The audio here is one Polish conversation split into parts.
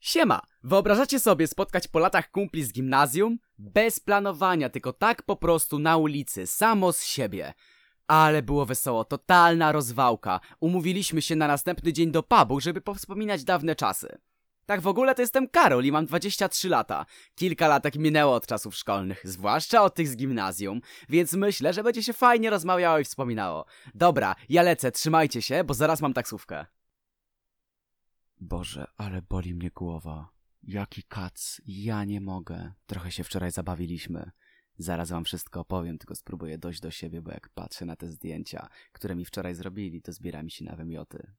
Siema! Wyobrażacie sobie spotkać po latach kumpli z gimnazjum? Bez planowania, tylko tak po prostu na ulicy, samo z siebie. Ale było wesoło, totalna rozwałka. Umówiliśmy się na następny dzień do pubu, żeby powspominać dawne czasy. Tak w ogóle to jestem Karol i mam 23 lata. Kilka latek minęło od czasów szkolnych, zwłaszcza od tych z gimnazjum, więc myślę, że będzie się fajnie rozmawiało i wspominało. Dobra, ja lecę, trzymajcie się, bo zaraz mam taksówkę. Boże, ale boli mnie głowa. Jaki kac, ja nie mogę. Trochę się wczoraj zabawiliśmy. Zaraz wam wszystko opowiem, tylko spróbuję dojść do siebie, bo jak patrzę na te zdjęcia, które mi wczoraj zrobili, to zbiera mi się na wymioty.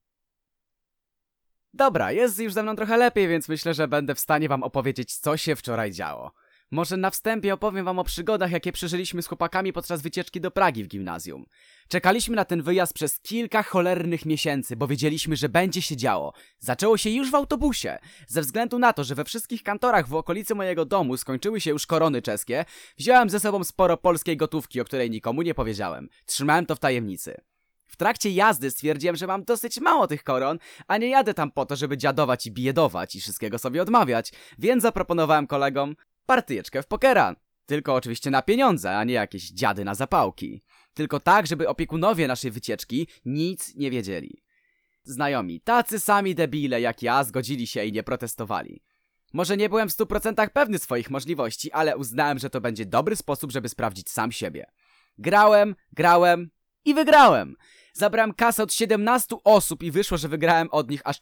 Dobra, jest już ze mną trochę lepiej, więc myślę, że będę w stanie wam opowiedzieć, co się wczoraj działo. Może na wstępie opowiem wam o przygodach, jakie przeżyliśmy z chłopakami podczas wycieczki do Pragi w gimnazjum. Czekaliśmy na ten wyjazd przez kilka cholernych miesięcy, bo wiedzieliśmy, że będzie się działo. Zaczęło się już w autobusie. Ze względu na to, że we wszystkich kantorach w okolicy mojego domu skończyły się już korony czeskie, wziąłem ze sobą sporo polskiej gotówki, o której nikomu nie powiedziałem. Trzymałem to w tajemnicy. W trakcie jazdy stwierdziłem, że mam dosyć mało tych koron, a nie jadę tam po to, żeby dziadować i biedować i wszystkiego sobie odmawiać, więc zaproponowałem kolegom partyjeczkę w pokera. Tylko oczywiście na pieniądze, a nie jakieś dziady na zapałki. Tylko tak, żeby opiekunowie naszej wycieczki nic nie wiedzieli. Znajomi, tacy sami debile jak ja, zgodzili się i nie protestowali. Może nie byłem w 100% pewny swoich możliwości, ale uznałem, że to będzie dobry sposób, żeby sprawdzić sam siebie. Grałem i wygrałem. Zabrałem kasę od 17 osób i wyszło, że wygrałem od nich aż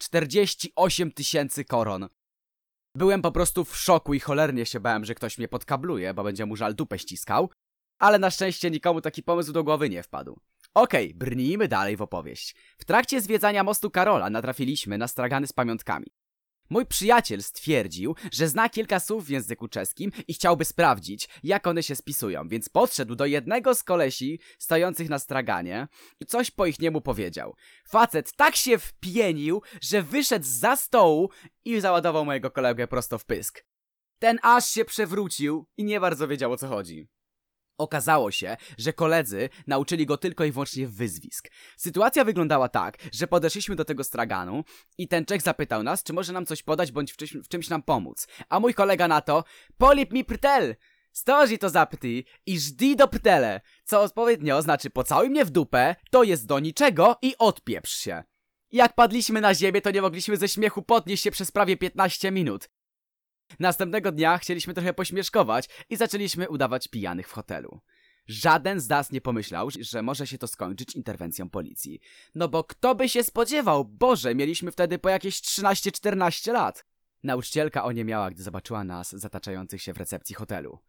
48 000 koron. Byłem po prostu w szoku i cholernie się bałem, że ktoś mnie podkabluje, bo będzie mu żal dupę ściskał, ale na szczęście nikomu taki pomysł do głowy nie wpadł. Okej, brnijmy dalej w opowieść. W trakcie zwiedzania mostu Karola natrafiliśmy na stragany z pamiątkami. Mój przyjaciel stwierdził, że zna kilka słów w języku czeskim i chciałby sprawdzić, jak one się spisują, więc podszedł do jednego z kolesi stojących na straganie i coś po ich niemu powiedział. Facet tak się wpienił, że wyszedł zza stołu i załadował mojego kolegę prosto w pysk. Ten aż się przewrócił i nie bardzo wiedział, o co chodzi. Okazało się, że koledzy nauczyli go tylko i wyłącznie wyzwisk. Sytuacja wyglądała tak, że podeszliśmy do tego straganu i ten Czech zapytał nas, czy może nam coś podać bądź w czymś nam pomóc. A mój kolega na to: polip mi prtel! Stoży to zapyty i żdi do prtele, co odpowiednio znaczy pocałuj mnie w dupę, to jest do niczego i odpieprz się. Jak padliśmy na ziemię, to nie mogliśmy ze śmiechu podnieść się przez prawie 15 minut. Następnego dnia chcieliśmy trochę pośmieszkować i zaczęliśmy udawać pijanych w hotelu. Żaden z nas nie pomyślał, że może się to skończyć interwencją policji. No bo kto by się spodziewał? Boże, mieliśmy wtedy po jakieś 13-14 lat. Nauczycielka oniemiała, gdy zobaczyła nas zataczających się w recepcji hotelu.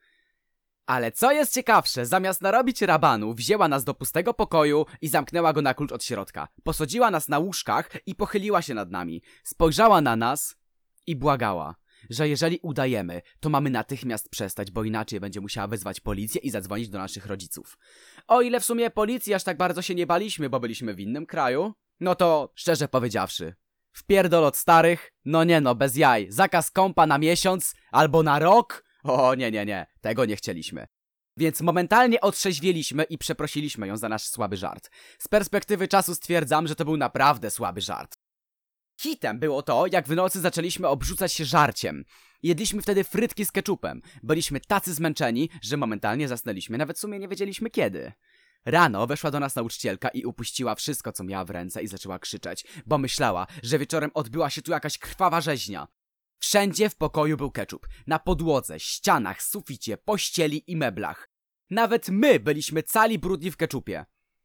Ale co jest ciekawsze, zamiast narobić rabanu, wzięła nas do pustego pokoju i zamknęła go na klucz od środka. Posadziła nas na łóżkach i pochyliła się nad nami. Spojrzała na nas i błagała, że jeżeli udajemy, to mamy natychmiast przestać, bo inaczej będzie musiała wezwać policję i zadzwonić do naszych rodziców. O ile w sumie policji aż tak bardzo się nie baliśmy, bo byliśmy w innym kraju, no to, szczerze powiedziawszy, wpierdol od starych, no nie no, bez jaj, zakaz kąpa na miesiąc albo na rok? O nie, tego nie chcieliśmy. Więc momentalnie otrzeźwieliśmy i przeprosiliśmy ją za nasz słaby żart. Z perspektywy czasu stwierdzam, że to był naprawdę słaby żart. Hitem było to, jak w nocy zaczęliśmy obrzucać się żarciem. Jedliśmy wtedy frytki z keczupem. Byliśmy tacy zmęczeni, że momentalnie zasnęliśmy, nawet w sumie nie wiedzieliśmy kiedy. Rano weszła do nas nauczycielka i upuściła wszystko, co miała w ręce i zaczęła krzyczeć, bo myślała, że wieczorem odbyła się tu jakaś krwawa rzeźnia. Wszędzie w pokoju był keczup. Na podłodze, ścianach, suficie, pościeli i meblach. Nawet my byliśmy cali brudni w keczupie.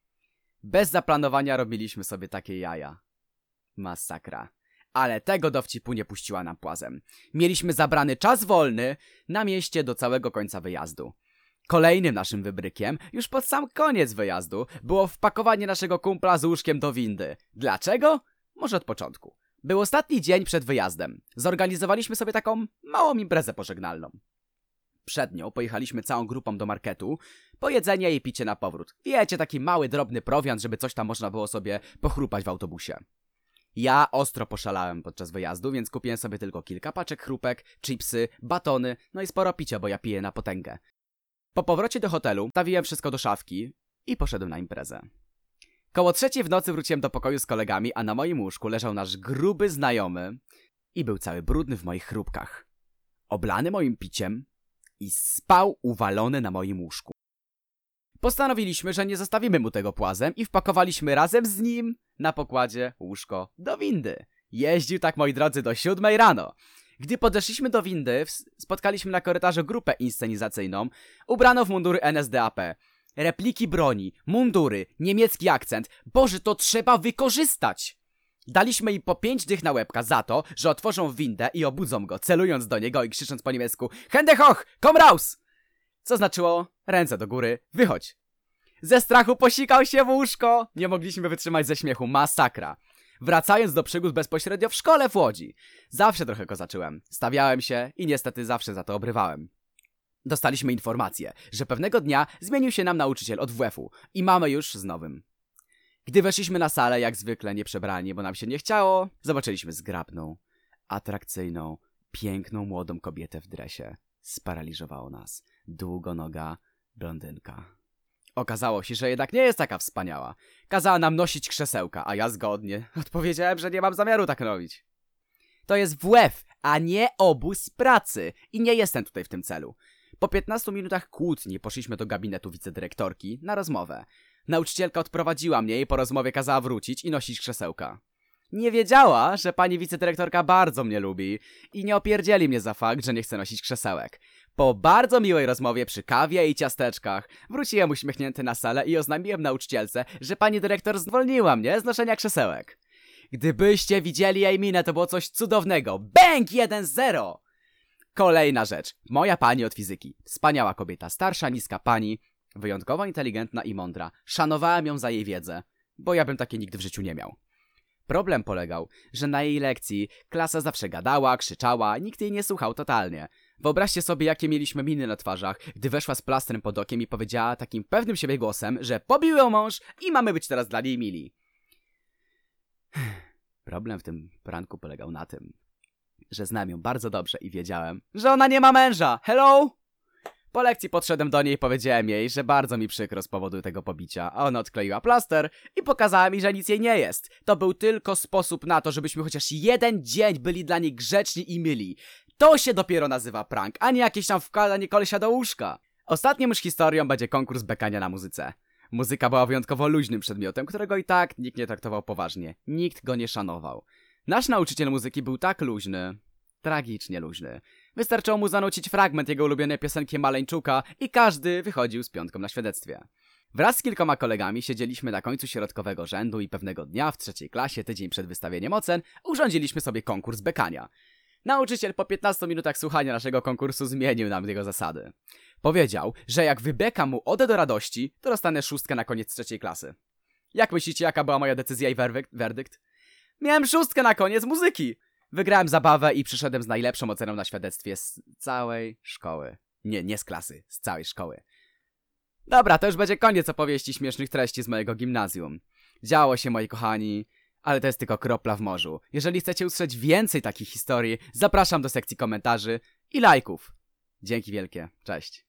Bez zaplanowania robiliśmy sobie takie jaja. Masakra. Ale tego dowcipu nie puściła nam płazem. Mieliśmy zabrany czas wolny na mieście do całego końca wyjazdu. Kolejnym naszym wybrykiem, już pod sam koniec wyjazdu, było wpakowanie naszego kumpla z łóżkiem do windy. Dlaczego? Może od początku. Był ostatni dzień przed wyjazdem. Zorganizowaliśmy sobie taką małą imprezę pożegnalną. Przed nią pojechaliśmy całą grupą do marketu, po jedzenie i picie na powrót. Wiecie, taki mały, drobny prowiant, żeby coś tam można było sobie pochrupać w autobusie. Ja ostro poszalałem podczas wyjazdu, więc kupiłem sobie tylko kilka paczek chrupek, chipsy, batony, no i sporo picia, bo ja piję na potęgę. Po powrocie do hotelu stawiłem wszystko do szafki i poszedłem na imprezę. Koło 3:00 w nocy wróciłem do pokoju z kolegami, a na moim łóżku leżał nasz gruby znajomy i był cały brudny w moich chrupkach. Oblany moim piciem i spał uwalony na moim łóżku. Postanowiliśmy, że nie zostawimy mu tego płazem i wpakowaliśmy razem z nim na pokładzie łóżko do windy. Jeździł tak, moi drodzy, do 7 rano. Gdy podeszliśmy do windy, spotkaliśmy na korytarzu grupę inscenizacyjną, ubraną w mundury NSDAP. Repliki broni, mundury, niemiecki akcent. Boże, to trzeba wykorzystać! Daliśmy im po 5 dych na łebka za to, że otworzą windę i obudzą go, celując do niego i krzycząc po niemiecku Hände hoch, komm raus! Co znaczyło ręce do góry, wychodź. Ze strachu posikał się w łóżko. Nie mogliśmy wytrzymać ze śmiechu, masakra. Wracając do przygód bezpośrednio w szkole w Łodzi. Zawsze trochę kozaczyłem. Stawiałem się i niestety zawsze za to obrywałem. Dostaliśmy informację, że pewnego dnia zmienił się nam nauczyciel od WF-u i mamy już z nowym. Gdy weszliśmy na salę, jak zwykle nieprzebrani, bo nam się nie chciało, zobaczyliśmy zgrabną, atrakcyjną, piękną młodą kobietę w dresie. Sparaliżowało nas. Długonoga blondynka. Okazało się, że jednak nie jest taka wspaniała. Kazała nam nosić krzesełka, a ja zgodnie odpowiedziałem, że nie mam zamiaru tak robić. To jest WF, a nie obóz pracy i nie jestem tutaj w tym celu. Po 15 minutach kłótni poszliśmy do gabinetu wicedyrektorki na rozmowę. Nauczycielka odprowadziła mnie i po rozmowie kazała wrócić i nosić krzesełka. Nie wiedziała, że pani wicedyrektorka bardzo mnie lubi i nie opierdzieli mnie za fakt, że nie chcę nosić krzesełek. Po bardzo miłej rozmowie przy kawie i ciasteczkach wróciłem uśmiechnięty na salę i oznajmiłem nauczycielce, że pani dyrektor zwolniła mnie z noszenia krzesełek. Gdybyście widzieli jej minę, to było coś cudownego. Bęk 1-0! Kolejna rzecz. Moja pani od fizyki. Wspaniała kobieta, starsza, niska pani, wyjątkowo inteligentna i mądra. Szanowałem ją za jej wiedzę, bo ja bym takiej nigdy w życiu nie miał. Problem polegał, że na jej lekcji klasa zawsze gadała, krzyczała, nikt jej nie słuchał totalnie. Wyobraźcie sobie, jakie mieliśmy miny na twarzach, gdy weszła z plastrem pod okiem i powiedziała takim pewnym siebie głosem, że pobił ją mąż i mamy być teraz dla niej mili. Problem w tym pranku polegał na tym, że znam ją bardzo dobrze i wiedziałem, że ona nie ma męża. Hello? Po lekcji podszedłem do niej i powiedziałem jej, że bardzo mi przykro z powodu tego pobicia, a ona odkleiła plaster i pokazała mi, że nic jej nie jest. To był tylko sposób na to, żebyśmy chociaż jeden dzień byli dla niej grzeczni i myli. To się dopiero nazywa prank, a nie jakieś tam wkładanie kolesia do łóżka. Ostatnią już historią będzie konkurs bekania na muzyce. Muzyka była wyjątkowo luźnym przedmiotem, którego i tak nikt nie traktował poważnie. Nikt go nie szanował. Nasz nauczyciel muzyki był tak luźny, tragicznie luźny. Wystarczyło mu zanucić fragment jego ulubionej piosenki Maleńczuka i każdy wychodził z piątką na świadectwie. Wraz z kilkoma kolegami siedzieliśmy na końcu środkowego rzędu i pewnego dnia w 3. klasie, tydzień przed wystawieniem ocen, urządziliśmy sobie konkurs bekania. Nauczyciel po 15 minutach słuchania naszego konkursu zmienił nam jego zasady. Powiedział, że jak wybekam mu odę do radości, to dostanę 6 na koniec 3. klasy. Jak myślicie, jaka była moja decyzja i werdykt? Miałem 6 na koniec muzyki! Wygrałem zabawę i przyszedłem z najlepszą oceną na świadectwie z całej szkoły. Nie z klasy, z całej szkoły. Dobra, to już będzie koniec opowieści śmiesznych treści z mojego gimnazjum. Działo się, moi kochani, ale to jest tylko kropla w morzu. Jeżeli chcecie usłyszeć więcej takich historii, zapraszam do sekcji komentarzy i lajków. Dzięki wielkie, cześć.